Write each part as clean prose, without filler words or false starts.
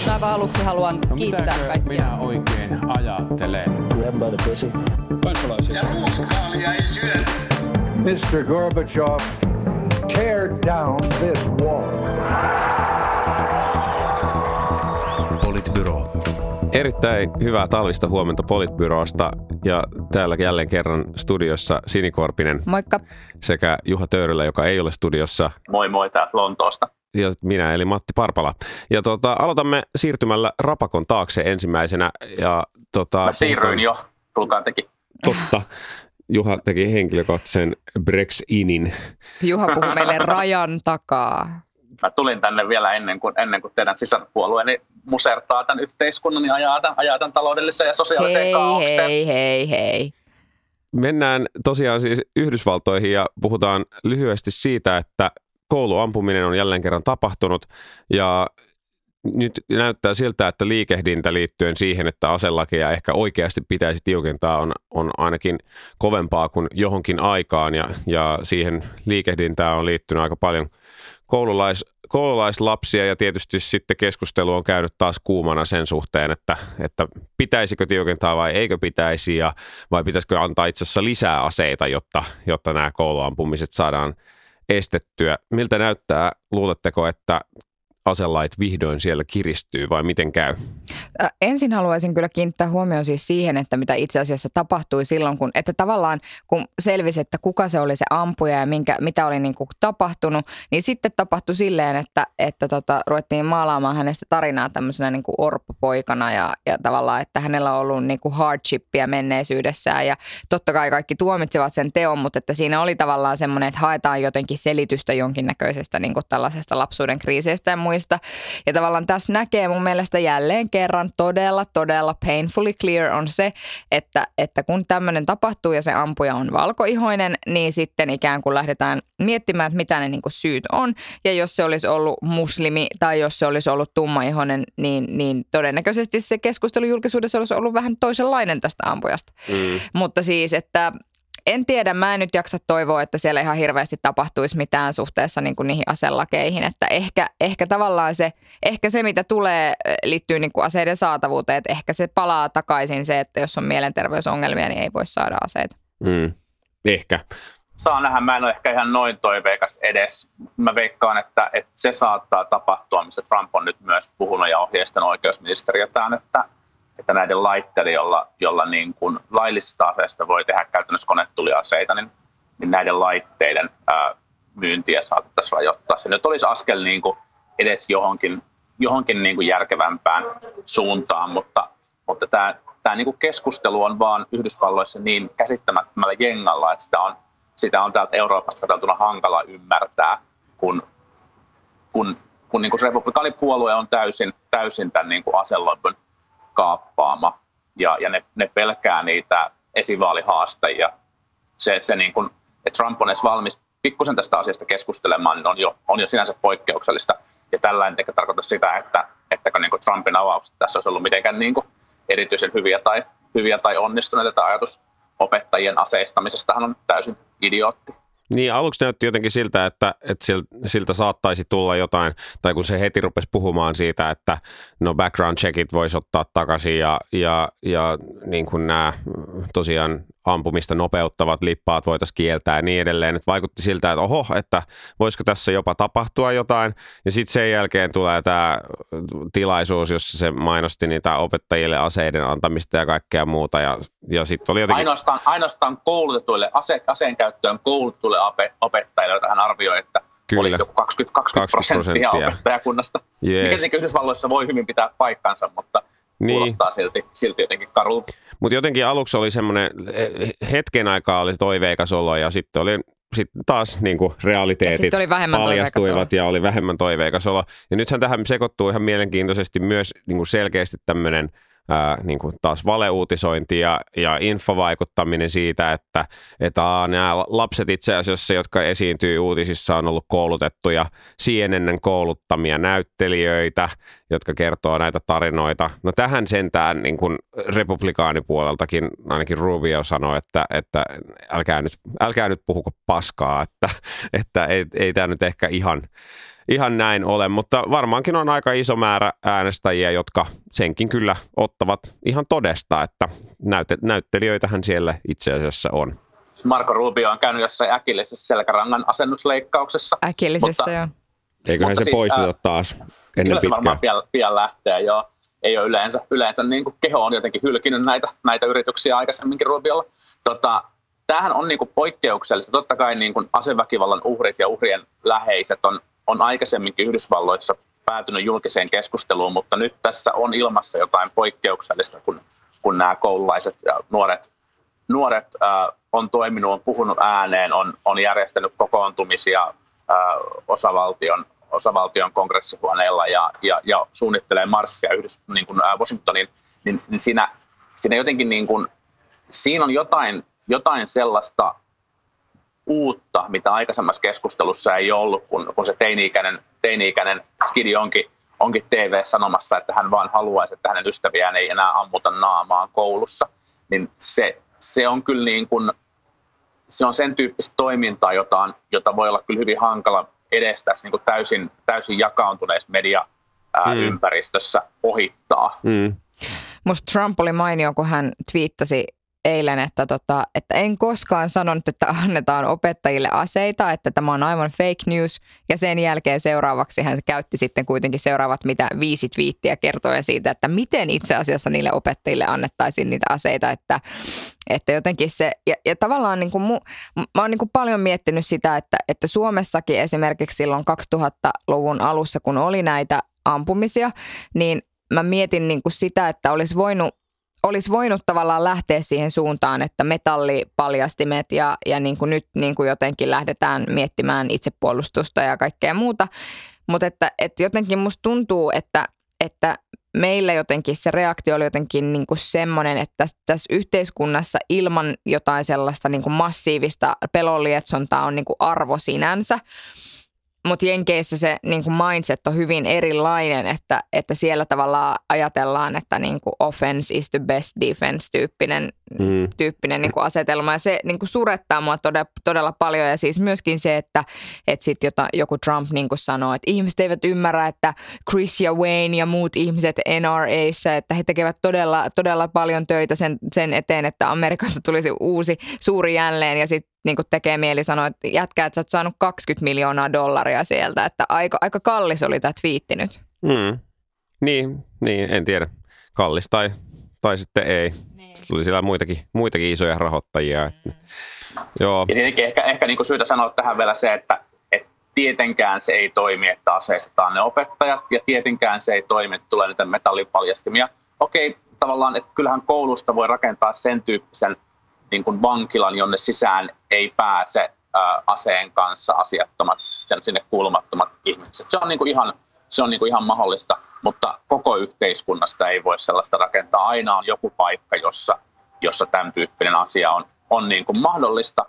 Aivan aluksi haluan kiittää kaikkia. Minä oikein ajattelen? Kansalaisia. Ja ruuskaalia ei syö. Mr. Gorbachev, tear down this wall. Politbyro. Erittäin hyvää talvista huomenta Politbyrosta ja täällä jälleen kerran studiossa Sini Korpinen. Moikka. Sekä Juha Töyrylä, joka ei ole studiossa. Moi moi täältä Lontoosta. Ja minä eli Matti Parpala. Ja aloitamme siirtymällä Rapakon taakse ensimmäisenä. Ja, Mä siirryin jo, tulkaa teki. Totta. Juha teki henkilökohtaisen Brexinin. Juha puhui meille rajan takaa. Mä tulin tänne vielä ennen kuin teidän sisarpuolueeni musertaa tämän yhteiskunnan ja ajaa tämän taloudelliseen ja sosiaaliseen kaaukseen. Hei. Mennään tosiaan siis Yhdysvaltoihin ja puhutaan lyhyesti siitä, että kouluampuminen on jälleen kerran tapahtunut ja nyt näyttää siltä, että liikehdintä liittyen siihen, että aselakia ehkä oikeasti pitäisi tiukentaa on ainakin kovempaa kuin johonkin aikaan ja siihen liikehdintään on liittynyt aika paljon koululaislapsia ja tietysti sitten keskustelu on käynyt taas kuumana sen suhteen, että pitäisikö tiukentaa vai eikö pitäisi vai pitäisikö antaa itse asiassa lisää aseita, jotta nämä kouluampumiset saadaan estettyä. Miltä näyttää, luuletteko, että aselait vihdoin siellä kiristyy vai miten käy? Ensin haluaisin kyllä kiinnittää huomioon siis siihen, että mitä itse asiassa tapahtui silloin, että tavallaan kun selvisi, että kuka se oli se ampuja ja mitä oli niin kuin tapahtunut, niin sitten tapahtui silleen, että ruvettiin maalaamaan hänestä tarinaa tämmöisenä niin kuin orpopoikana ja tavallaan, että hänellä on ollut niin kuin hardshipia menneisyydessään ja totta kai kaikki tuomitsevat sen teon, mutta että siinä oli tavallaan semmoinen, että haetaan jotenkin selitystä jonkinnäköisestä niin kuin tällaisesta lapsuuden kriiseistä ja muista. Ja tavallaan tässä näkee mun mielestä jälleen kerran todella painfully clear on se, että kun tämmöinen tapahtuu ja se ampuja on valkoihoinen, niin sitten ikään kuin lähdetään miettimään, että mitä ne niin kuin syyt on. Ja jos se olisi ollut muslimi tai jos se olisi ollut tummaihoinen, niin todennäköisesti se keskustelu julkisuudessa olisi ollut vähän toisenlainen tästä ampujasta. Mutta siis, että en tiedä, mä en nyt jaksa toivoa, että siellä ihan hirveästi tapahtuisi mitään suhteessa niin kuin niihin aselakeihin, että ehkä tavallaan se, mitä tulee, liittyy niin kuin aseiden saatavuuteen, että ehkä se palaa takaisin se, että jos on mielenterveysongelmia, niin ei voi saada aseita. Ehkä. Saa nähdä, mä en ole ehkä ihan noin toiveikas edes. Mä veikkaan, että se saattaa tapahtua, mistä Trump on nyt myös puhunut ja ohjeistanut oikeusministeriötään, että näiden laitteiden, jolla niin kuin laillisista aseista voi tehdä käytännössä konetuliaseita, niin näiden laitteiden myyntiä saatettaisiin rajoittaa. Se nyt olisi askel niin kuin edes johonkin niin kuin järkevämpään suuntaan, mutta tämä niin kuin keskustelu on vaan Yhdysvalloissa niin käsittämättömällä jengalla, että sitä on täältä Euroopasta katsottuna hankala ymmärtää, kun niin kuin republikaanipuolue on täysin tämän niin kuin aselobyn kaappaama ja ne pelkää niitä esivaalihaastajia. Se niin kuin, että Trump on edes valmis pikkusen tästä asiasta keskustelemaan, niin on jo sinänsä poikkeuksellista. Ja tällainen eikä tarkoita sitä, että niin kuin Trumpin avaukset tässä olisi ollut mitenkään niin kuin erityisen hyviä tai onnistuneita. Tämä ajatus opettajien aseistamisestahan on täysin idiootti. Niin, aluksi näytti jotenkin siltä, että siltä saattaisi tulla jotain, tai kun se heti rupesi puhumaan siitä, että no background checkit voisi ottaa takaisin ja niin kuin nämä tosiaan ampumista nopeuttavat lippaat voitaisiin kieltää ja niin edelleen. Että vaikutti siltä, että että voisiko tässä jopa tapahtua jotain. Ja sitten sen jälkeen tulee tämä tilaisuus, jossa se mainosti niitä opettajille aseiden antamista ja kaikkea muuta. Ja sitten oli jotenkin Ainoastaan koulutetuille, aseen käyttöön koulutetuille opettajille, joita hän arvioi, että olisi joku 20% opettajakunnasta. Yes. Mikä Yhdysvalloissa voi hyvin pitää paikkansa, mutta kuulostaa silti jotenkin karulta. Mutta jotenkin aluksi oli semmoinen, hetken aikaa oli toiveikas olo ja sitten oli taas niinku realiteetit paljastuivat ja oli vähemmän toiveikas olo. Ja nythän tähän sekoittuu ihan mielenkiintoisesti myös niinku selkeästi tämmöinen niin kuin taas valeuutisointi ja infovaikuttaminen siitä, että nämä lapset itse asiassa, jotka esiintyy uutisissa, on ollut koulutettuja CNN:n kouluttamia näyttelijöitä, jotka kertoo näitä tarinoita. No tähän sentään niin kuin republikaanipuoleltakin ainakin Rubio sanoi, että älkää nyt puhuko paskaa, että ei tämä nyt ehkä ihan näin ole, mutta varmaankin on aika iso määrä äänestäjiä, jotka senkin kyllä ottavat ihan todesta, että näyttelijöitähän siellä itse asiassa on. Marco Rubio on käynyt jossain äkillisessä selkärangan asennusleikkauksessa. Äkillisessä, joo. Eiköhän se poistuta taas ennen pitkään. Kyllä se varmaan pian lähtee, joo. Ei ole yleensä niin kuin keho on jotenkin hylkinyt näitä yrityksiä aikaisemminkin Rubiolla. Tämähän on niin kuin poikkeuksellista. Totta kai niin kuin aseväkivallan uhrit ja uhrien läheiset on aikaisemminkin Yhdysvalloissa päätynyt julkiseen keskusteluun, mutta nyt tässä on ilmassa jotain poikkeuksellista, kun nämä koululaiset ja nuoret on toiminut, on puhunut ääneen, on järjestänyt kokoontumisia osavaltion kongressihuoneella ja suunnittelee marssia niin kuin Washingtoniin, niin siinä jotenkin niin kuin, siinä on jotain sellaista uutta, mitä aikaisemmassa keskustelussa ei ollut, kun se teini-ikäinen skidi onkin TV sanomassa, että hän vaan haluaisi, että hänen ystäviään ei enää ammuta naamaan koulussa, niin se on kyllä niin kuin, se on sen tyyppistä toimintaa, jota voi olla kyllä hyvin hankala edes tässä niin kuin täysin jakaantuneessa mediaympäristössä ohittaa. Musta Trump oli mainio, kun hän twiittasi eilen, että en koskaan sanonut, että annetaan opettajille aseita, että tämä on aivan fake news. Ja sen jälkeen seuraavaksi hän käytti sitten kuitenkin seuraavat 5 twiittiä kertoen siitä, että miten itse asiassa niille opettajille annettaisiin niitä aseita. Että jotenkin se, ja tavallaan niin kuin mä oon niin kuin paljon miettinyt sitä, että Suomessakin esimerkiksi silloin 2000-luvun alussa, kun oli näitä ampumisia, niin mä mietin niin kuin sitä, että olisi voinut tavallaan lähteä siihen suuntaan, että metallipaljastimet ja niin kuin nyt niin kuin jotenkin lähdetään miettimään itsepuolustusta ja kaikkea muuta. Mutta että jotenkin musta tuntuu, että meillä jotenkin se reaktio oli jotenkin niin kuin semmoinen, että tässä yhteiskunnassa ilman jotain sellaista niin kuin massiivista pelonlietsontaa on niin kuin arvo sinänsä. Mutta Jenkeissä se niin kuin mindset on hyvin erilainen, että siellä tavallaan ajatellaan, että niin kuin offense is the best defense-tyyppinen niin kuin asetelma. Ja se niin kuin surettaa mua todella paljon. Ja siis myöskin se, että sitten joku Trump niin kuin sanoo, että ihmiset eivät ymmärrä, että Chris ja Wayne ja muut ihmiset NRA:ssä, että he tekevät todella paljon töitä sen eteen, että Amerikasta tulisi uusi suuri jälleen. Ja sitten niin kuin tekee mieli sanoa, että jätkä, että sä oot saanut $20 miljoonaa sieltä, että aika kallis oli tämä twiitti nyt. Niin, en tiedä. Kallis tai sitten ei. Niin. Tuli siellä muitakin isoja rahoittajia. Joo. Ja tietenkin ehkä niin kuin syytä sanoa tähän vielä se, että tietenkään se ei toimi, että aseistetaan ne opettajat, ja tietenkään se ei toimi, että tulee niitä metallipaljastimia. Okei, tavallaan, että kyllähän koulusta voi rakentaa sen tyyppisen niin kuin vankilan, jonne sisään ei pääse aseen kanssa asiattomat, sinne kuulumattomat ihmiset. Se on niin kuin ihan mahdollista, mutta koko yhteiskunnasta ei voi sellaista rakentaa. Aina on joku paikka, jossa tämän tyyppinen asia on niin kuin mahdollista.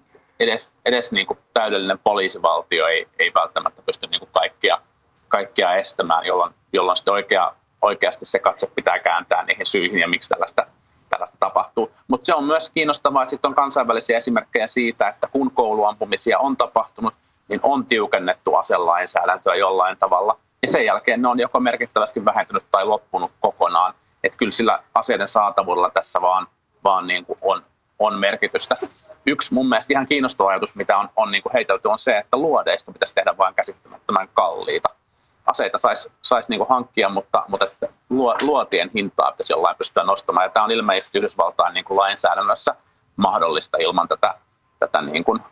Edes niin kuin täydellinen poliisivaltio ei välttämättä pysty niin kuin kaikkia estämään, jolloin sitten oikeasti se katse pitää kääntää niihin syihin ja miksi tällaista tapahtuu. Mutta se on myös kiinnostavaa, että sitten on kansainvälisiä esimerkkejä siitä, että kun kouluampumisia on tapahtunut, niin on tiukennettu aselainsäädäntöä jollain tavalla. Ja sen jälkeen ne on joko merkittävästi vähentynyt tai loppunut kokonaan. Että kyllä sillä aseiden saatavuudella tässä vaan niin kuin on merkitystä. Yksi mun mielestä ihan kiinnostava ajatus, mitä on niin kuin heitelty, on se, että luodeista pitäisi tehdä vain käsittämättömän kalliita. Aseita saisi niin kuin hankkia, mutta että luotien hintaa pitäisi jollain pystyä nostamaan. Ja tämä on ilmeisesti Yhdysvaltain niin kuin lainsäädännössä mahdollista ilman tätä niin kuin,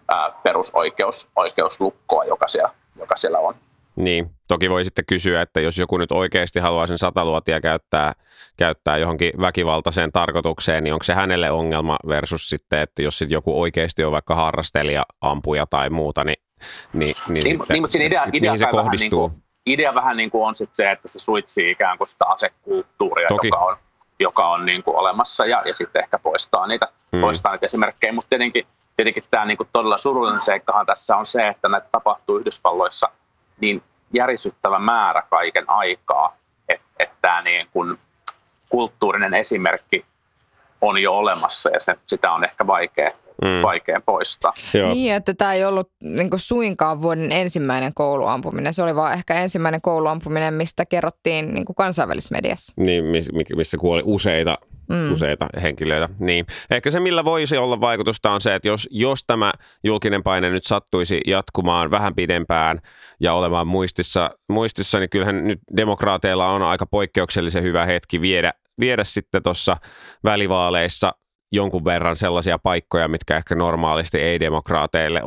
perusoikeuslukkoa, joka siellä on. Niin, toki voi sitten kysyä, että jos joku nyt oikeasti haluaa sen 100-luotia käyttää johonkin väkivaltaiseen tarkoitukseen, niin onko se hänelle ongelma versus sitten, että jos sitten joku oikeasti on vaikka harrastelija, ampuja tai muuta, niin mutta siinä idea se kohdistuu. Idea vähän niin kuin on sitten se, että se suitsii ikään kuin sitä asekulttuuria, joka on niin kuin olemassa ja sitten ehkä poistaa niitä esimerkkejä. Mutta tietenkin tämä niin kuin todella surullinen seikkahan tässä on se, että näitä tapahtuu Yhdysvalloissa niin järisyttävä määrä kaiken aikaa, että tämä niin kuin kulttuurinen esimerkki on jo olemassa ja sitä on ehkä vaikea poistaa. Joo. Niin, että tämä ei ollut niin kuin suinkaan vuoden ensimmäinen kouluampuminen. Se oli vaan ehkä ensimmäinen kouluampuminen, mistä kerrottiin niin kuin kansainvälisessä mediassa. Niin, missä kuoli useita henkilöitä. Niin. Ehkä se, millä voisi olla vaikutusta, on se, että jos tämä julkinen paine nyt sattuisi jatkumaan vähän pidempään ja olemaan muistissa, niin kyllähän nyt demokraateilla on aika poikkeuksellisen hyvä hetki viedä sitten tuossa välivaaleissa jonkun verran sellaisia paikkoja, mitkä ehkä normaalisti ei-demokraateille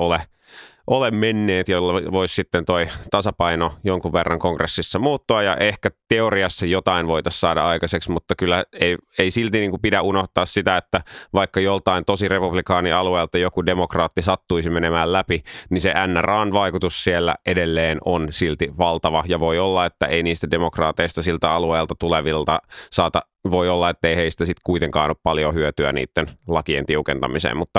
ole menneet, jolla voisi sitten toi tasapaino jonkun verran kongressissa muuttua ja ehkä teoriassa jotain voitaisiin saada aikaiseksi, mutta kyllä ei silti niin kuin pidä unohtaa sitä, että vaikka joltain tosi republikaanialueelta joku demokraatti sattuisi menemään läpi, niin se NRAn vaikutus siellä edelleen on silti valtava ja voi olla, että ei niistä demokraateista siltä alueelta tulevilta voi olla, että ei heistä sitten kuitenkaan ole paljon hyötyä niiden lakien tiukentamiseen, mutta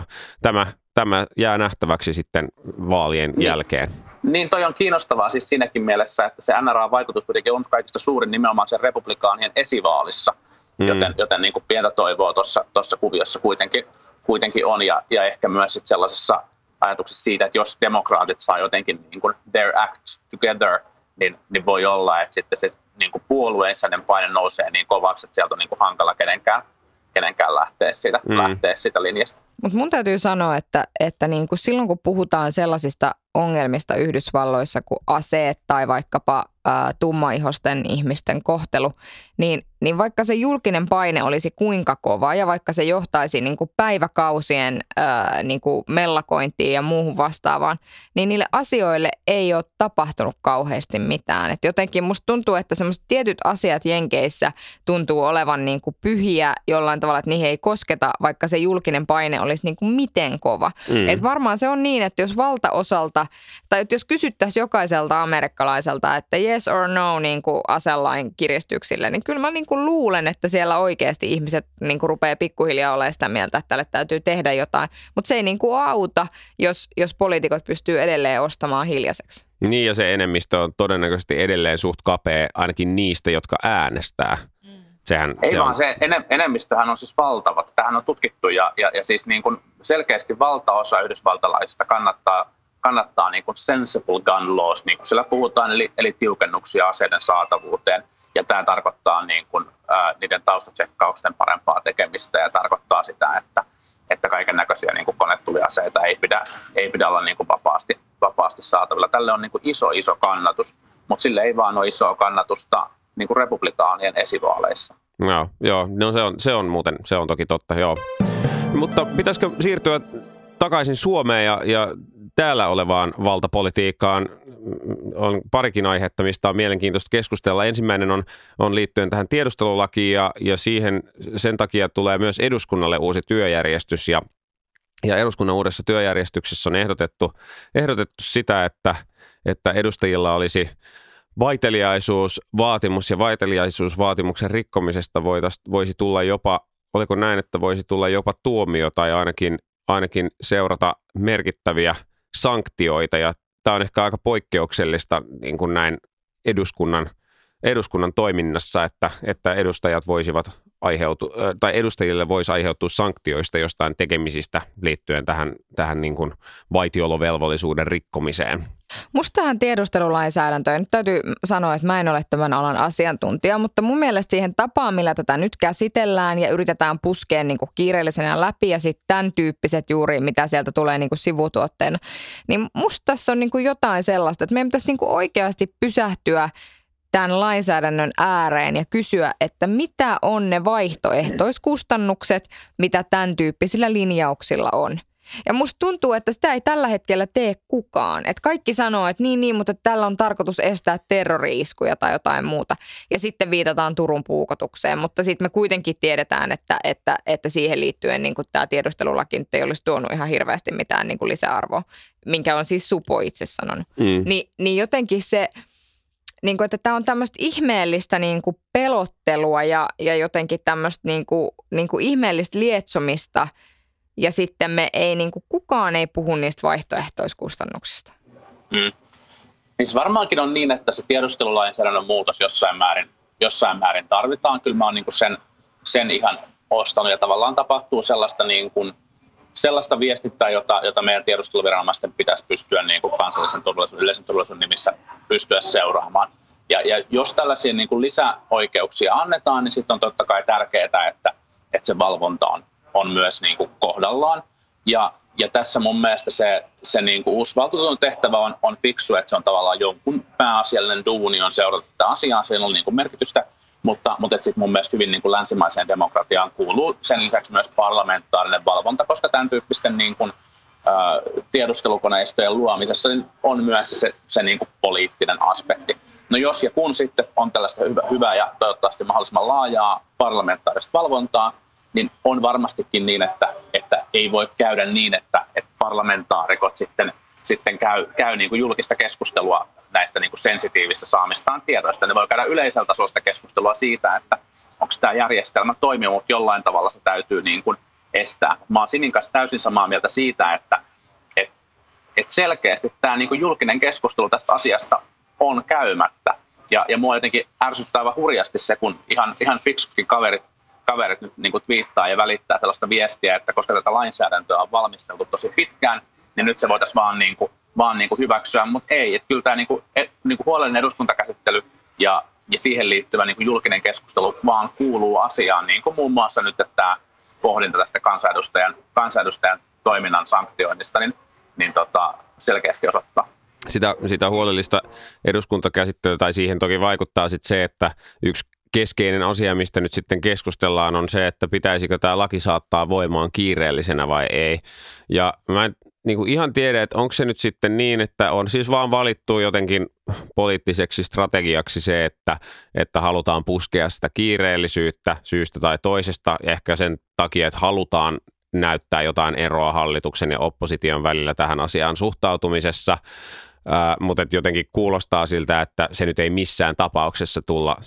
tämä jää nähtäväksi sitten vaalien jälkeen. Niin, toi on kiinnostavaa siis siinäkin mielessä, että se NRA-vaikutus kuitenkin on kaikista suurin nimenomaan sen republikaanien esivaalissa, joten niin kuin pientä toivoa tuossa kuviossa kuitenkin on, ja ehkä myös sit sellaisessa ajatuksessa siitä, että jos demokraatit saa jotenkin niin kuin their act together, niin voi olla, että sitten se niin kuin puolueen sisäinen paine nousee niin kovaksi, että sieltä on niin kuin hankala kenenkään lähteä siitä linjasta. Mutta mun täytyy sanoa, että niin kuin silloin kun puhutaan sellaisista ongelmista Yhdysvalloissa kuin aseet tai vaikkapa tummaihosten ihmisten kohtelu, niin vaikka se julkinen paine olisi kuinka kova ja vaikka se johtaisi niin kuin päiväkausien niin kuin mellakointiin ja muuhun vastaavaan, niin niille asioille ei ole tapahtunut kauheasti mitään. Et jotenkin musta tuntuu, että semmoiset tietyt asiat Jenkeissä tuntuu olevan niin kuin pyhiä jollain tavalla, että niihin ei kosketa, vaikka se julkinen paine olisi niin kuin miten kova. Et varmaan se on niin, että jos valtaosalta, tai jos kysyttäisiin jokaiselta amerikkalaiselta, että yes or no niin kuin aselain kiristyksille, niin kyllä mä niin kuin luulen, että siellä oikeasti ihmiset niin kuin rupeaa pikkuhiljaa olemaan sitä mieltä, että tälle täytyy tehdä jotain. Mutta se ei niin kuin auta, jos poliitikot pystyy edelleen ostamaan hiljaiseksi. Niin, ja se enemmistö on todennäköisesti edelleen suht kapea, ainakin niistä, jotka äänestää. Se enemmistöhän on siis valtava. Tämähän on tutkittu ja siis niin kuin selkeästi valtaosa yhdysvaltalaisista kannattaa niin kuin sensible gun laws, niin kuin siellä puhutaan, eli tiukennuksia aseiden saatavuuteen. Ja tämä tarkoittaa niin kuin, niiden taustatsekkausten parempaa tekemistä ja tarkoittaa sitä, että kaiken näköisiä niin kuin konetuliaseita ei pidä olla niin kuin vapaasti saatavilla. Tälle on niin kuin iso kannatus, mutta sille ei vaan ole isoa kannatusta niin kuin republikaanien esivaaleissa. Joo, no se on toki totta, joo. Mutta pitäisikö siirtyä takaisin Suomeen ja täällä olevaan valtapolitiikkaan? On parikin aihetta, mistä on mielenkiintoista keskustella. Ensimmäinen on liittyen tähän tiedustelulakiin ja sen takia tulee myös eduskunnalle uusi työjärjestys ja eduskunnan uudessa työjärjestyksessä on ehdotettu sitä, että edustajilla olisi vaiteliaisuusvaatimus ja vaiteliaisuusvaatimuksen rikkomisesta voisi tulla jopa, oliko näin, että voisi tulla jopa tuomio tai ainakin seurata merkittäviä sanktioita ja tämä on ehkä aika poikkeuksellista niin kuin näin eduskunnan toiminnassa, että edustajat voisivat edustajille voisi aiheutua sanktioista jostain tekemisistä liittyen tähän niin kuin vaitiolovelvollisuuden rikkomiseen. Musta tähän tiedustelulainsäädäntöön, nyt täytyy sanoa, että mä en ole tämän alan asiantuntija, mutta mun mielestä siihen tapaan, millä tätä nyt käsitellään ja yritetään puskea niin kuin kiireellisenä läpi ja sitten tämän tyyppiset juuri, mitä sieltä tulee niin kuin sivutuotteena, niin musta tässä on niin kuin jotain sellaista, että meidän pitäisi niin kuin oikeasti pysähtyä tämän lainsäädännön ääreen ja kysyä, että mitä on ne vaihtoehtoiskustannukset, mitä tämän tyyppisillä linjauksilla on. Ja musta tuntuu, että sitä ei tällä hetkellä tee kukaan. Että kaikki sanoo, että niin, mutta tällä on tarkoitus estää terrori-iskuja tai jotain muuta. Ja sitten viitataan Turun puukotukseen, mutta sitten me kuitenkin tiedetään, että siihen liittyen niin kuin tämä tiedustelulaki nyt ei olisi tuonut ihan hirveästi mitään niin kuin lisäarvoa, minkä on siis Supo itse sanonut. Niin jotenkin se, niin kuin, että tämä on tämmöistä ihmeellistä niin kuin pelottelua ja jotenkin tämmöistä niin kuin ihmeellistä lietsomista. Ja sitten kukaan ei puhu niistä vaihtoehtoiskustannuksista. Siis varmaankin on niin, että se tiedustelulainsäädännön muutos jossain määrin tarvitaan. Kyllä mä oon niin kuin sen ihan ostanut ja tavallaan tapahtuu sellaista niin kuin sellaista viestintää, jota meidän tiedusteluviranomaisten pitäisi pystyä niin kuin kansallisen turvallisuuden, yleisen turvallisuuden nimissä pystyä seuraamaan. Ja jos tällaisia niin kuin lisäoikeuksia annetaan, niin sitten on totta kai tärkeää, että se valvonta on myös niin kuin kohdallaan. Ja tässä mun mielestä se niin kuin uusi valtuutetun tehtävä on fiksu, että se on tavallaan jonkun pääasiallinen duuni on seurata tätä asiaa, siinä on niin kuin merkitystä, mutta sitten mun mielestä hyvin niin kuin länsimaiseen demokratiaan kuuluu sen lisäksi myös parlamentaarinen valvonta, koska tämän tyyppisten niin kuin, tiedustelukoneistojen luomisessa on myös se niin kuin poliittinen aspekti. No jos ja kun sitten on tällaista hyvää ja toivottavasti mahdollisimman laajaa parlamentaarista valvontaa, niin on varmastikin niin, että ei voi käydä niin, että parlamentaarikot sitten käy niin kuin julkista keskustelua näistä niin kuin sensitiivistä saamistaan tiedoista. Ne voi käydä yleisellä tasolla sitä keskustelua siitä, että onko tämä järjestelmä toimiva, mutta jollain tavalla se täytyy niin kuin estää. Mä oon Sinin kanssa täysin samaa mieltä siitä, että selkeästi tämä niin kuin julkinen keskustelu tästä asiasta on käymättä. Ja mua jotenkin ärsyttää aivan hurjasti se, kun ihan fiksutkin kaverit nyt niin kuin twiittaa ja välittää tällaista viestiä, että koska tätä lainsäädäntöä on valmisteltu tosi pitkään, niin nyt se voitaisiin vaan hyväksyä, mutta ei. Että kyllä tämä niin kuin huolellinen eduskuntakäsittely ja siihen liittyvä niin kuin julkinen keskustelu vaan kuuluu asiaan, niin kuin muun muassa nyt että tämä pohdinta tästä kansanedustajan toiminnan sanktioinnista, niin selkeästi osoittaa. Sitä huolellista eduskuntakäsittelyä, tai siihen toki vaikuttaa sitten se, että yksi keskeinen asia, mistä nyt sitten keskustellaan, on se, että pitäisikö tämä laki saattaa voimaan kiireellisenä vai ei. Ja mä en niin kuin ihan tiedä, että onko se nyt sitten niin, että on siis vaan valittu jotenkin poliittiseksi strategiaksi se, että halutaan puskea sitä kiireellisyyttä syystä tai toisesta, ehkä sen takia, että halutaan näyttää jotain eroa hallituksen ja opposition välillä tähän asiaan suhtautumisessa. Mutta jotenkin kuulostaa siltä, että se nyt ei missään tapauksessa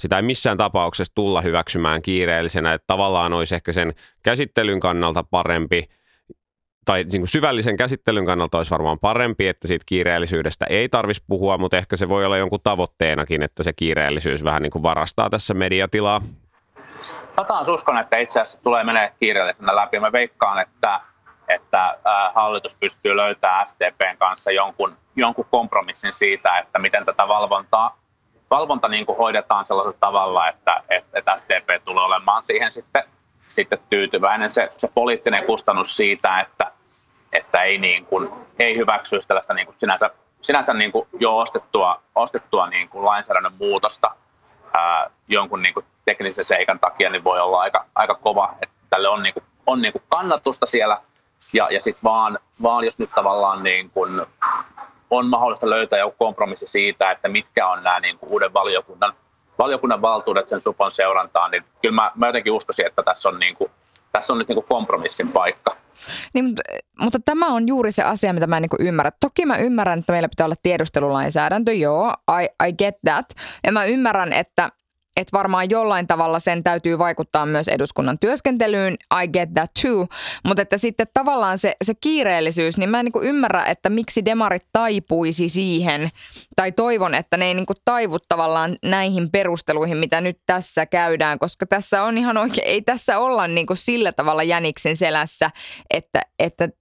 tulla hyväksymään kiireellisenä, että tavallaan olisi ehkä sen käsittelyn kannalta parempi, tai niin kuin syvällisen käsittelyn kannalta olisi varmaan parempi, että siitä kiireellisyydestä ei tarvitsisi puhua, mutta ehkä se voi olla jonkun tavoitteenakin, että se kiireellisyys vähän niin kuin varastaa tässä mediatilaa. Mä taas uskon, että itse asiassa tulee menee kiireellisenä läpi. Mä veikkaan, että hallitus pystyy löytämään SDPn kanssa jonkun kompromissin siitä, että miten tätä valvonta niin kuin hoidetaan sellaisella tavalla, että SDP tulee olemaan siihen sitten tyytyväinen. Se poliittinen kustannus siitä, että ei hyväksyisi tällaista niin kuin sinänsä niin kuin jo ostettua niin kuin lainsäädännön muutosta jonkun niin kuin teknisen seikan takia, niin voi olla aika kova, että tälle on niin kuin kannatusta siellä. Ja sitten vaan jos nyt tavallaan niin kun on mahdollista löytää joku kompromissi siitä, että mitkä on nämä niin kun uuden valiokunnan valtuudet sen supon seurantaan, niin kyllä mä jotenkin uskoisin, että tässä on nyt niin kun kompromissin paikka. Niin, mutta tämä on juuri se asia, mitä mä en niin ymmärrä. Toki mä ymmärrän, että meillä pitää olla tiedustelulainsäädäntö, joo, I get that. Ja mä ymmärrän, että varmaan jollain tavalla sen täytyy vaikuttaa myös eduskunnan työskentelyyn, I get that too, mutta että sitten tavallaan se kiireellisyys, niin mä en niin ymmärrä, että miksi demarit taipuisi siihen, tai toivon, että ne ei niin taivu tavallaan näihin perusteluihin, mitä nyt tässä käydään, koska tässä on ihan oikein, ei tässä olla niin sillä tavalla jäniksen selässä, että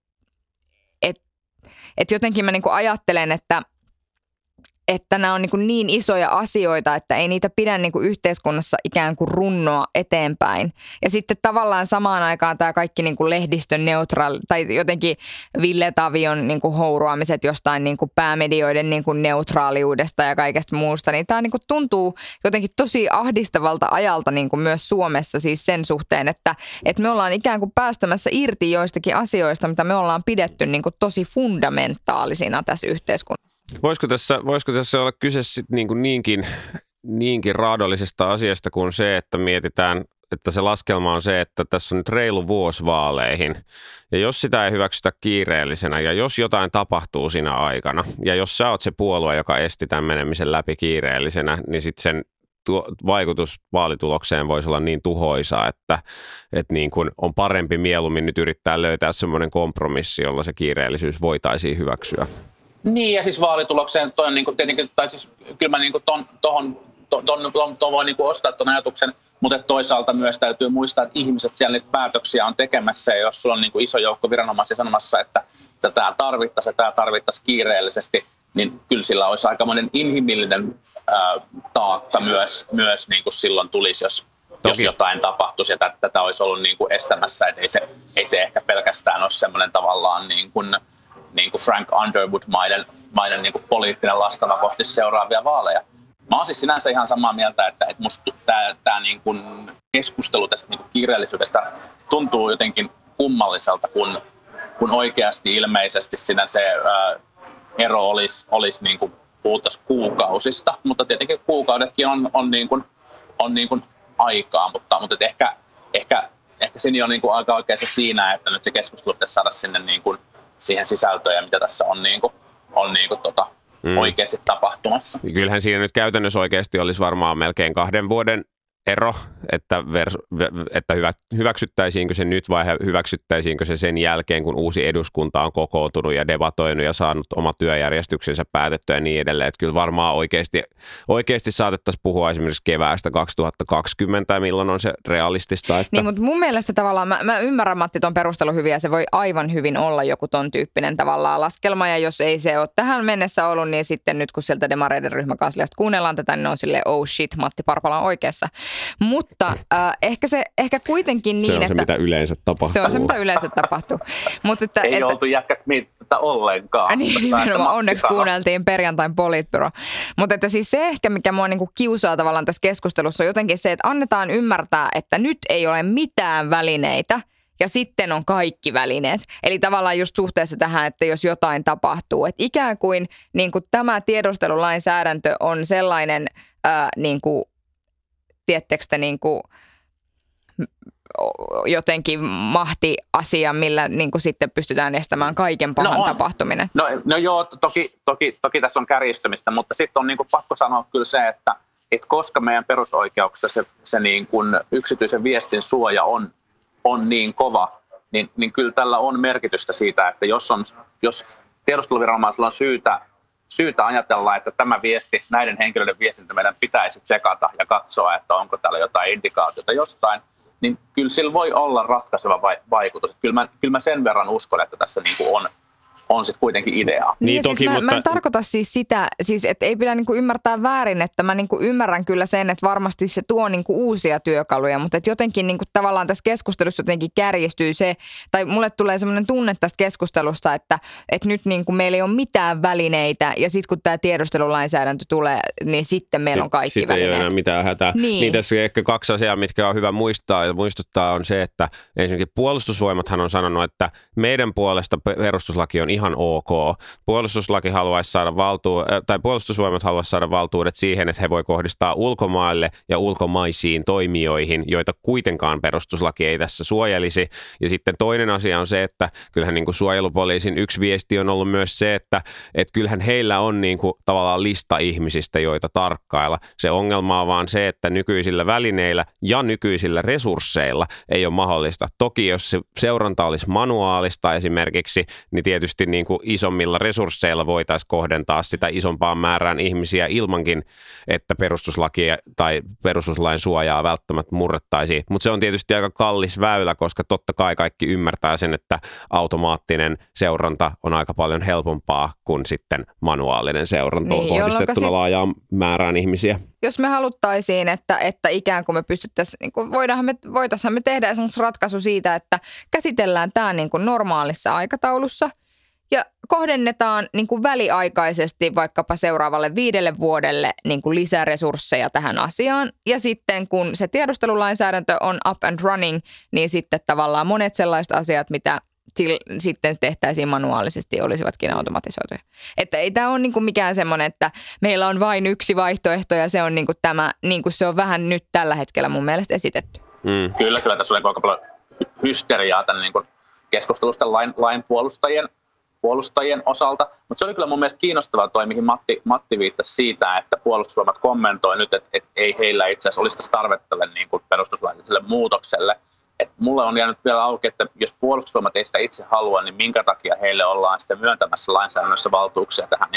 jotenkin mä niin ajattelen, että nämä on niin isoja asioita, että ei niitä pidä yhteiskunnassa ikään kuin runnoa eteenpäin. Ja sitten tavallaan samaan aikaan tämä kaikki lehdistön neutraali, tai jotenkin Ville Tavion houruamiset jostain päämedioiden neutraaliudesta ja kaikesta muusta, niin tämä tuntuu jotenkin tosi ahdistavalta ajalta myös Suomessa siis sen suhteen, että me ollaan ikään kuin päästämässä irti joistakin asioista, mitä me ollaan pidetty tosi fundamentaalisina tässä yhteiskunnassa. Voisiko tässä olla kyse sitten niinkin raadollisesta asiasta kuin se, että mietitään, että se laskelma on se, että tässä on nyt reilu vuosi vaaleihin. Ja jos sitä ei hyväksytä kiireellisenä ja jos jotain tapahtuu siinä aikana ja jos sä oot se puolue, joka esti tämän menemisen läpi kiireellisenä, niin sitten sen vaikutus vaalitulokseen voisi olla niin tuhoisa, että niin kuin on parempi mieluummin nyt yrittää löytää semmoinen kompromissi, jolla se kiireellisyys voitaisiin hyväksyä. Niin, ja siis vaalitulokseen toi on tietenkin, tai siis kyllä mä tuon voi ostaa tuon ajatuksen, mutta toisaalta myös täytyy muistaa, että ihmiset siellä niitä päätöksiä on tekemässä, ja jos sulla on niin kuin iso joukko viranomaisia sanomassa, että tämä tarvittaisiin kiireellisesti, niin kyllä sillä olisi aikamoinen inhimillinen taakka myös niin kuin silloin tulisi, jos jotain tapahtuisi, ja tätä olisi ollut niin kuin estämässä, että ei se ehkä pelkästään ole semmoinen tavallaan niin kuin Frank Underwood-mainen niin kuin poliittinen lastava kohti seuraavia vaaleja. Mä oon siis sinänsä ihan samaa mieltä, että musta tämä niin kuin keskustelu tästä niin kuin kiireellisyydestä tuntuu jotenkin kummalliselta, kun oikeasti ilmeisesti siinä se ero olisi niin kuin puhuttaisiin kuukausista, mutta tietenkin kuukaudetkin on niin kuin aikaa, mutta ehkä siinä on niin kuin aika oikeassa siinä, että nyt se keskustelu pitäisi saada sinne niin kuin siihen sisältöön ja mitä tässä on oikeasti tapahtumassa. Kyllähän siinä nyt käytännössä oikeasti olisi varmaan melkein 2 vuoden ero, että hyväksyttäisiinkö se nyt vai hyväksyttäisiinkö se sen jälkeen, kun uusi eduskunta on kokoontunut ja debatoinut ja saanut oma työjärjestyksensä päätettyä ja niin edelleen. Että kyllä varmaan oikeasti saatettaisiin puhua esimerkiksi keväästä 2020, milloin on se realistista. Että... Niin, mutta mun mielestä tavallaan, mä ymmärrän Matti ton perustelun hyvin ja se voi aivan hyvin olla joku ton tyyppinen tavallaan laskelma ja jos ei se ole tähän mennessä ollut, niin sitten nyt kun sieltä demareiden ryhmäkansliasta kuunnellaan tätä, niin on silleen oh shit, Matti Parpala on oikeassa. Mutta ehkä kuitenkin niin, että... Se on se, mitä yleensä tapahtuu. Se on se, mitä yleensä tapahtuu. Ei oltu jätkät miettä ollenkaan. Niin, onneksi kuunneltiin perjantain politbyro. Mutta että siis se ehkä, mikä mua niinku kiusaa tavallaan tässä keskustelussa on jotenkin se, että annetaan ymmärtää, että nyt ei ole mitään välineitä ja sitten on kaikki välineet. Eli tavallaan just suhteessa tähän, että jos jotain tapahtuu. Että ikään kuin, tämä tiedustelulainsäädäntö on sellainen tiettekö te jotenkin mahtiasia, millä sitten pystytään estämään kaiken pahan tapahtuminen? No joo, toki tässä on kärjistymistä, mutta sitten on pakko sanoa kyllä se, että koska meidän perusoikeuksessa se yksityisen viestin suoja on niin kova, niin kyllä tällä on merkitystä siitä, että jos tiedusteluviranomaisilla on syytä ajatella, että tämä viesti, näiden henkilöiden viestintä meidän pitäisi tsekata ja katsoa, että onko täällä jotain indikaatiota jostain, niin kyllä sillä voi olla ratkaiseva vaikutus. Kyllä mä sen verran uskon, että tässä on sitten kuitenkin ideaa. Niin toki, mä en tarkoita siis sitä, että ei pidä ymmärtää väärin, että mä ymmärrän kyllä sen, että varmasti se tuo uusia työkaluja, mutta että jotenkin tavallaan tässä keskustelussa jotenkin kärjistyy se, tai mulle tulee semmoinen tunne tästä keskustelusta, että nyt meillä ei ole mitään välineitä ja sitten kun tämä tiedustelulainsäädäntö tulee, niin sitten meillä on kaikki välineet. Sitten ei ole mitään hätää. Niin tässä ehkä 2 asiaa, mitkä on hyvä muistaa ja muistuttaa on se, että ensinnäkin puolustusvoimathan on sanonut, että meidän puolesta perustuslaki on ihan ok. Puolustuslaki haluaisi saada puolustusvoimat haluaisi saada valtuudet siihen, että he voi kohdistaa ulkomaille ja ulkomaisiin toimijoihin, joita kuitenkaan perustuslaki ei tässä suojelisi. Ja sitten toinen asia on se, että kyllähän suojelupoliisin yksi viesti on ollut myös se, että kyllähän heillä on tavallaan lista ihmisistä, joita tarkkailla. Se ongelma on vaan se, että nykyisillä välineillä ja nykyisillä resursseilla ei ole mahdollista. Toki jos se seuranta olisi manuaalista esimerkiksi, niin tietysti isommilla resursseilla voitaisiin kohdentaa sitä isompaan määrään ihmisiä ilmankin, että perustuslakia tai perustuslain suojaa välttämättä murrettaisiin. Mutta se on tietysti aika kallis väylä, koska totta kai kaikki ymmärtää sen, että automaattinen seuranta on aika paljon helpompaa kuin sitten manuaalinen seuranta kohdistettuna laajaan määrään ihmisiä. Jos me haluttaisiin, että ikään kuin me pystyttäisiin, voitaisiin me tehdä esimerkiksi ratkaisu siitä, että käsitellään tämä normaalissa aikataulussa ja kohdennetaan väliaikaisesti vaikkapa seuraavalle 5 vuodelle lisäresursseja tähän asiaan. Ja sitten kun se tiedustelulainsäädäntö on up and running, niin sitten tavallaan monet sellaiset asiat, mitä sitten tehtäisiin manuaalisesti, olisivatkin automatisoituja. Että ei tämä ole mikään semmoinen, että meillä on vain yksi vaihtoehto ja se on tämä, se on vähän nyt tällä hetkellä mun mielestä esitetty. Kyllä tässä oli aika paljon hysteriaa tämän keskustelusta lain puolustajien osalta, mutta se oli kyllä mun mielestä kiinnostavaa toi, mihin Matti viittasi siitä, että puolustusvoimat kommentoi nyt, että ei heillä itse asiassa olisi tässä tarvetta tälle perustuslailliselle muutokselle. Et mulle on jäänyt vielä auki, että jos puolustusvoimat ei sitä itse halua, niin minkä takia heille ollaan sitten myöntämässä lainsäädännössä valtuuksia tähän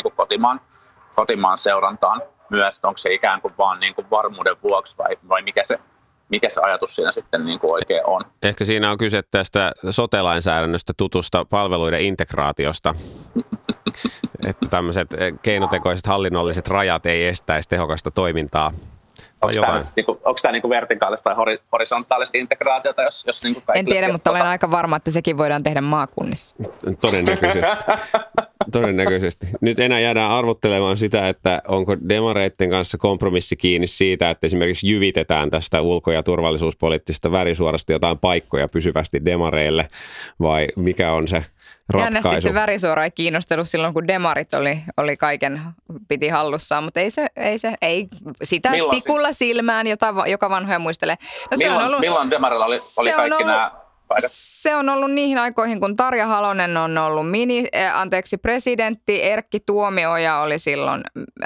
kotimaan seurantaan myös, onko se ikään kuin vaan varmuuden vuoksi vai mikä se ajatus siinä sitten niin kuin oikein on. Ehkä siinä on kyse tästä sote-lainsäädännöstä tutusta palveluiden integraatiosta, että tämmöiset keinotekoiset hallinnolliset rajat ei estäisi tehokasta toimintaa. Onko tämä niinku vertikaalista tai horisontaalista integraatiota, jos niinku kaikille... En tiedä, mutta olen aika varma, että sekin voidaan tehdä maakunnissa. Todennäköisesti. Nyt enää jäädään arvottelemaan sitä, että onko demareitten kanssa kompromissi kiinni siitä, että esimerkiksi jyvitetään tästä ulko- ja turvallisuuspoliittisesta värisuorasta jotain paikkoja pysyvästi demareille, vai mikä on se ratkaisu? Jännästi se värisuora ei kiinnostellut silloin, kun demarit oli kaiken piti hallussaan, mutta ei sitä tikulla silmään, joka vanhoja muistelee. No, milloin demarilla oli kaikki nämä paikat? Se on ollut niihin aikoihin, kun Tarja Halonen on ollut presidentti, Erkki Tuomioja oli silloin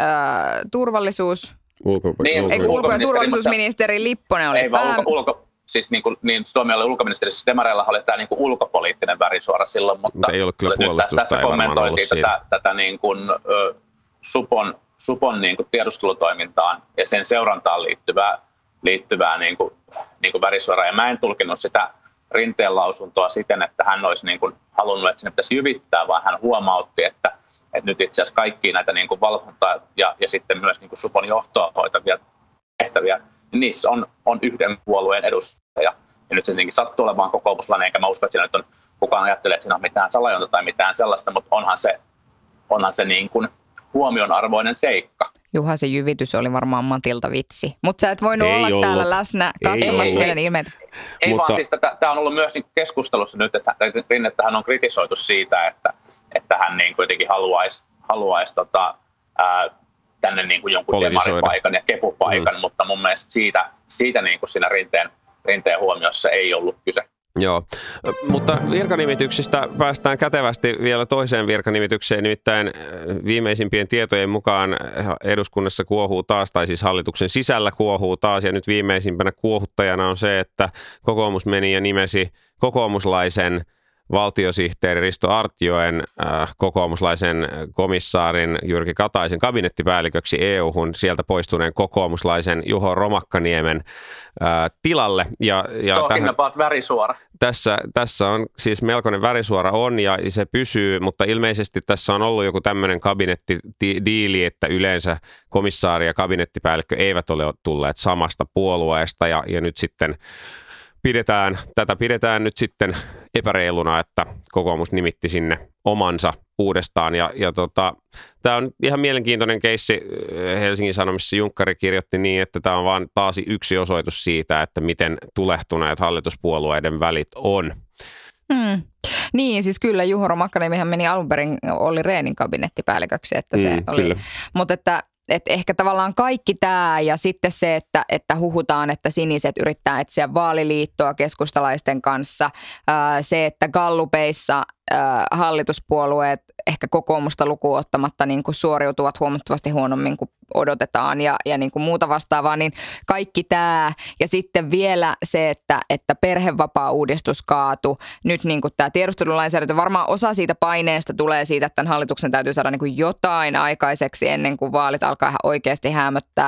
ulko- ja turvallisuusministeri Lipponen oli siis Suomi oli ulkoministerissä, demareilla oli tämä niinku ulkopoliittinen värisuora silloin, mutta ei ollut kyllä puolustusta, tässä kommentoitiin tätä niin kuin, Supon niin kuin tiedustelutoimintaan ja sen seurantaan liittyvää niin kuin värisuoraa. Ja mä en tulkinnut sitä Rinteen lausuntoa siten, että hän olisi niin kuin halunnut, että sinne pitäisi jyvittää, vaan hän huomautti, että nyt itse asiassa kaikkia näitä niin kuin valvontaa ja sitten myös niin kuin Supon johtoa hoitavia tehtäviä, niin niissä on yhden puolueen edustaja. Ja nyt se tietenkin sattuu olemaan kokoomuslainen, enkä mä usko, että siinä nyt on kukaan ajattelee, että siinä on mitään salajonta tai mitään sellaista, mutta onhan se niin kuin huomionarvoinen seikka. Juha, se jyvitys oli varmaan Matilta vitsi. Mutta sä et voinut olla täällä läsnä katsomassa meidän ilmeitä. Ei vaan siis, tämä on ollut myös keskustelussa nyt, että Rinnettähän on kritisoitu siitä, että hän niin kuitenkin haluaisi tänne niin kuin jonkun demaripaikan ja kepupaikan, mutta mun mielestä siitä niin kuin siinä Rinteen huomiossa ei ollut kyse. Joo, mutta virkanimityksistä päästään kätevästi vielä toiseen virkanimitykseen, nimittäin viimeisimpien tietojen mukaan eduskunnassa kuohuu taas, tai siis hallituksen sisällä kuohuu taas, ja nyt viimeisimpänä kuohuttajana on se, että kokoomus meni ja nimesi kokoomuslaisen valtiosihteeri Risto Artjoen kokoomuslaisen komissaarin Jyrki Kataisen kabinettipäälliköksi EU-hun sieltä poistuneen kokoomuslaisen Juho Romakkaniemen tilalle. Talking about värisuora. Tässä on siis melkoinen värisuora on ja se pysyy, mutta ilmeisesti tässä on ollut joku tämmöinen kabinettidiili, että yleensä komissaari ja kabinettipäällikkö eivät ole tulleet samasta puolueesta ja nyt sitten pidetään nyt sitten epäreiluna, että kokoomus nimitti sinne omansa uudestaan. Tämä on ihan mielenkiintoinen keissi. Helsingin Sanomissa Junkkari kirjoitti niin, että tämä on vaan taas yksi osoitus siitä, että miten tulehtuneet hallituspuolueiden välit on. Niin, siis kyllä Juho Romakkaniemihän meni alun perin Olli Rehnin kabinettipäälliköksi, että se oli. Kyllä. Mutta että ehkä tavallaan kaikki tämä ja sitten se, että huhutaan, että siniset yrittää etsiä vaaliliittoa keskustalaisten kanssa. Se, että gallupeissa hallituspuolueet ehkä kokoomusta lukuun ottamatta niin kuin suoriutuvat huomattavasti huonommin kuin odotetaan ja niin kuin muuta vastaavaa, niin kaikki tämä. Ja sitten vielä se, että perhevapaa-uudistus kaatui. Nyt niin kuin tämä tiedustelulainsäädäntö, varmaan osa siitä paineesta tulee siitä, että tämän hallituksen täytyy saada niin kuin jotain aikaiseksi ennen kuin vaalit alkaa ihan oikeasti häämöttää.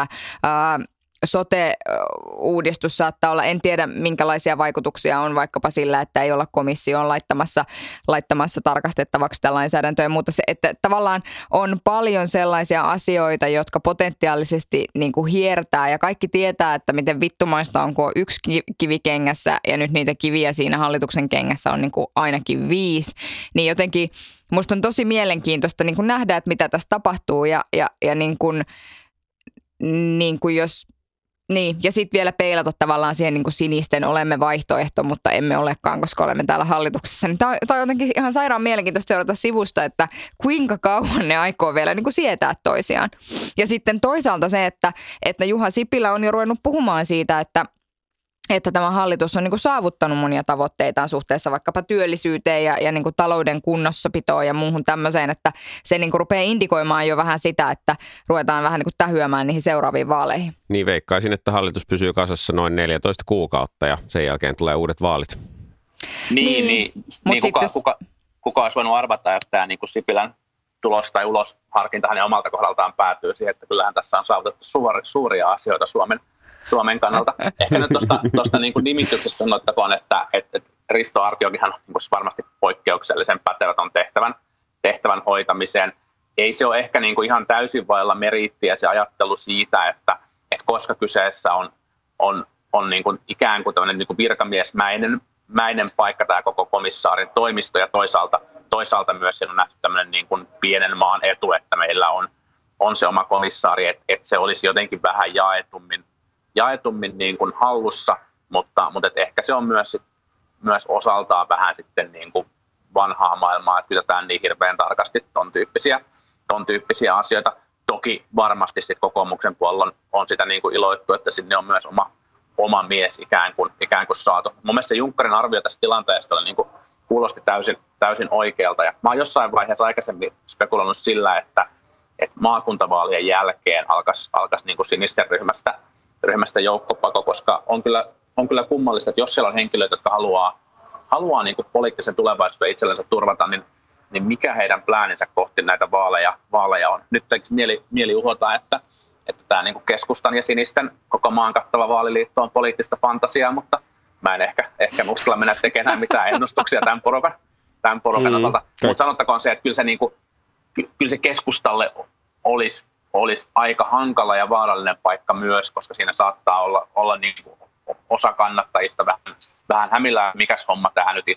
Sote-uudistus saattaa olla, en tiedä minkälaisia vaikutuksia on vaikkapa sillä, että ei olla komissioon laittamassa tarkastettavaksi tätä lainsäädäntöä ja muuta. Se, että tavallaan on paljon sellaisia asioita, jotka potentiaalisesti niin kuin hiertää ja kaikki tietää, että miten vittumaista on, kun on yksi kivi kengässä ja nyt niitä kiviä siinä hallituksen kengässä on niin kuin ainakin 5. Niin jotenkin musta on tosi mielenkiintoista niin kuin nähdä, että mitä tässä tapahtuu ja niin kuin jos... Niin, ja sitten vielä peilata tavallaan siihen niin kuin sinisten olemme vaihtoehto, mutta emme olekaan, koska olemme täällä hallituksessa. Niin tämä on jotenkin ihan sairaan mielenkiintoista seurata sivusta, että kuinka kauan ne aikoo vielä niin kuin sietää toisiaan. Ja sitten toisaalta se, että Juha Sipilä on jo ruvennut puhumaan siitä, että tämä hallitus on niin kuin saavuttanut monia tavoitteitaan suhteessa vaikkapa työllisyyteen ja niin kuin talouden kunnossapitoon ja muuhun tämmöiseen, että se niin kuin rupeaa indikoimaan jo vähän sitä, että ruvetaan vähän niin kuin tähyämään niihin seuraaviin vaaleihin. Niin veikkaisin, että hallitus pysyy kasassa noin 14 kuukautta ja sen jälkeen tulee uudet vaalit. Niin kuka olisi voinut arvata, että tämä niin kuin Sipilän tulos tai ulosharkinta hänen omalta kohdaltaan päätyy siihen, että kyllähän tässä on saavutettu suuria asioita Suomen kannalta. Ehkä nyt tuosta niin kuin nimityksestä sanottakoon, että Risto Artiokinhan niin kuin varmasti poikkeuksellisen pätevä ton tehtävän hoitamiseen. Ei se ole ehkä niin kuin ihan täysin vailla meriittiä se ajattelu siitä, että koska kyseessä on niin kuin ikään kuin tämmöinen niin kuin virkamiesmäinen paikka tämä koko komissaarin toimisto ja toisaalta myös siinä on nähty tämmöinen niin kuin pienen maan etu, että meillä on se oma komissaari, että se olisi jotenkin vähän jaetummin niin kuin hallussa, mutta ehkä se on myös osaltaan vähän sitten niin kuin vanhaa maailmaa, että kytetään niin hirveän tarkasti ton tyyppisiä asioita. Toki varmasti sitten kokoomuksen puolella on sitä niin kuin iloittu, että sinne on myös oma mies ikään kuin saatu. Mun mielestä Junckerin arvio tästä tilanteesta oli niin kuin kuulosti täysin oikealta. Ja mä oon jossain vaiheessa aikaisemmin spekuloinut sillä, että maakuntavaalien jälkeen alkaisi niin kuin sinisten ryhmästä joukkopako, koska on kyllä kummallista, että jos siellä on henkilöitä, jotka haluaa niin kuin poliittisen tulevaisuuden itsellensä turvata, niin mikä heidän plääninsä kohti näitä vaaleja on. Nyt tekisi mieli uhota, että tämä niin kuin keskustan ja sinisten koko maan kattava vaaliliitto on poliittista fantasiaa, mutta mä en ehkä uskalla mennä tekemään mitään ennustuksia tämän porukan osalta. Mutta sanottakoon se, että kyllä se keskustalle olisi aika hankala ja vaarallinen paikka myös, koska siinä saattaa olla niin kuin osa kannattajista vähän hämillään, mikäs homma tämä nyt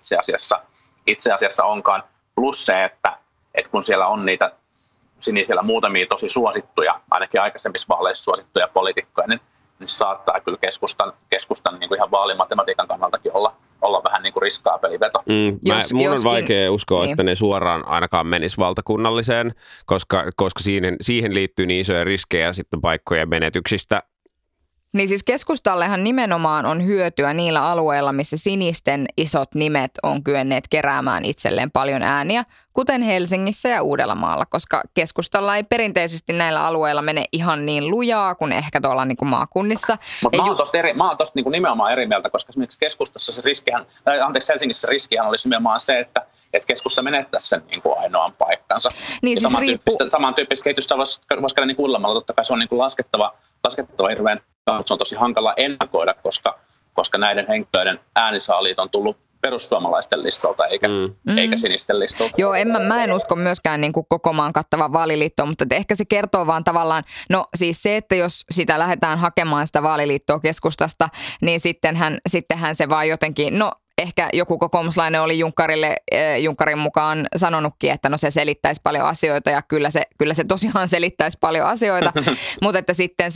itse asiassa onkaan. Plus se, että kun siellä on niitä sinisillä muutamia tosi suosittuja, ainakin aikaisemmissa vaaleissa suosittuja poliitikkoja, niin se saattaa kyllä keskustan niin kuin ihan vaalimatematiikan kannaltakin olla vähän niin kuin riskaa peliveto. Mun on vaikea uskoa, että ne suoraan ainakaan menis valtakunnalliseen, koska siihen liittyy niin isoja riskejä sitten paikkojen menetyksistä. Niin siis keskustallehan nimenomaan on hyötyä niillä alueilla, missä sinisten isot nimet on kyenneet keräämään itselleen paljon ääniä, kuten Helsingissä ja Uudellamaalla, koska keskustalla ei perinteisesti näillä alueilla mene ihan niin lujaa kuin ehkä tuolla niin kuin maakunnissa. Mutta mä oon tosta niin nimenomaan eri mieltä, koska esimerkiksi keskustassa Helsingissä riskihän olisi nimenomaan se, että keskusta menettäisi sen niin kuin ainoan paikkansa. Niin siis samantyyppistä kehitystä voisi käydä niin kuin Uudellamaalla, totta kai se on niin kuin laskettava hirveän, mutta se on tosi hankala ennakoida, koska näiden henkilöiden äänisaaliit on tullut perussuomalaisten listolta eikä sinisten listolta. Joo, mä en usko myöskään niin kuin koko maan kattavaan vaaliliittoon, mutta ehkä se kertoo vaan tavallaan, no siis se, että jos sitä lähdetään hakemaan sitä vaaliliittoa keskustasta, niin sittenhän se vaan jotenkin, no ehkä joku kokoomuslainen oli Junckerin mukaan sanonutkin, että no se selittäisi paljon asioita ja kyllä se tosiaan selittäisi paljon asioita, mutta että sitten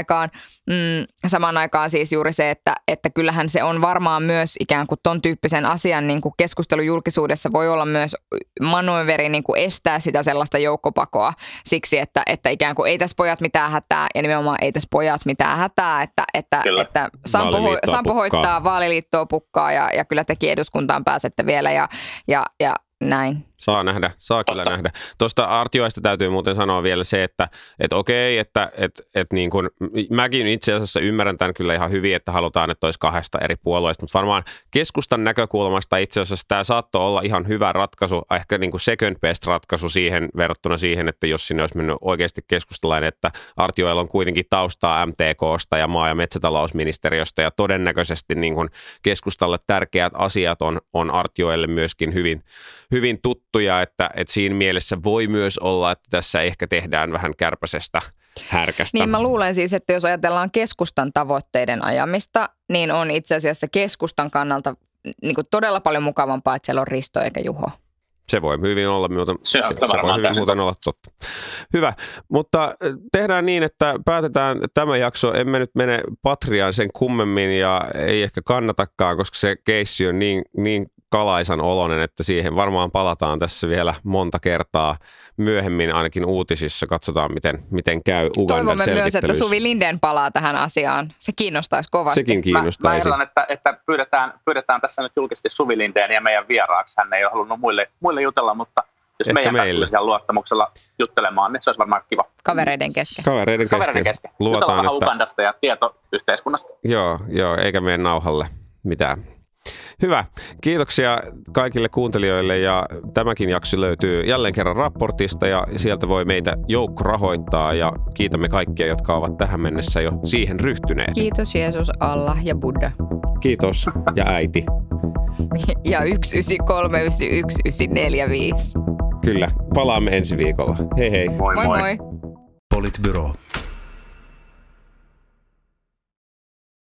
samaan aikaan siis juuri se, että kyllähän se on varmaan myös ikään kuin ton tyyppisen asian niin kuin keskustelujulkisuudessa voi olla myös manööveri niin kuin estää sitä sellaista joukkopakoa siksi, että ikään kuin ei tässä pojat mitään hätää ja nimenomaan ei tässä pojat mitään hätää, että Sampo hoitaa vaaliliittoa pukkaa ja kyllä tekin eduskuntaan pääsette vielä ja näin. Saa kyllä nähdä. Tuosta Artioista täytyy muuten sanoa vielä se, että okei, että niin kuin, mäkin itse asiassa ymmärrän tämän kyllä ihan hyvin, että halutaan, että olisi kahdesta eri puolueesta, mutta varmaan keskustan näkökulmasta itse asiassa tämä saattoi olla ihan hyvä ratkaisu, ehkä niin kuin second best ratkaisu verrattuna siihen, että jos sinne olisi mennyt oikeasti keskustalainen, että Artioilla on kuitenkin taustaa MTK:sta ja maa- ja metsätalousministeriöstä ja todennäköisesti niin kuin keskustalle tärkeät asiat on Artioille myöskin hyvin tuttuja, että siinä mielessä voi myös olla, että tässä ehkä tehdään vähän kärpäsestä härkästä. Niin mä luulen siis, että jos ajatellaan keskustan tavoitteiden ajamista, niin on itse asiassa keskustan kannalta niin kuin todella paljon mukavampaa, että siellä on Risto eikä Juho. Se voi hyvin olla muuten olla totta. Hyvä, mutta tehdään niin, että päätetään tämä jakso. Emme nyt mene Patriaan sen kummemmin ja ei ehkä kannatakaan, koska se keissi on niin kalaisan oloinen, että siihen varmaan palataan tässä vielä monta kertaa myöhemmin, ainakin uutisissa. Katsotaan, miten käy Ugandan selvittelyssä. Toivomme myös, että Suvi Lindén palaa tähän asiaan. Se kiinnostaisi kovasti. Sekin kiinnostaisi. Mä että pyydetään tässä nyt julkisesti Suvi Lindén ja meidän vieraaksi. Hän ei ole halunnut muille jutella, mutta jos meidän kanssa luottamuksella juttelemaan, niin se olisi varmaan kiva. Kavereiden kesken. Luotaan vähän Ugandasta ja tietoyhteiskunnasta. Joo, eikä mene nauhalle mitään. Hyvä. Kiitoksia kaikille kuuntelijoille ja tämäkin jakso löytyy jälleen kerran raportista ja sieltä voi meitä joukko rahoittaa ja kiitämme kaikkia, jotka ovat tähän mennessä jo siihen ryhtyneet. Kiitos Jeesus, Allah ja Buddha. Kiitos ja äiti. Ja 1939145. Kyllä, palaamme ensi viikolla. Hei hei. Moi moi. Politbyro.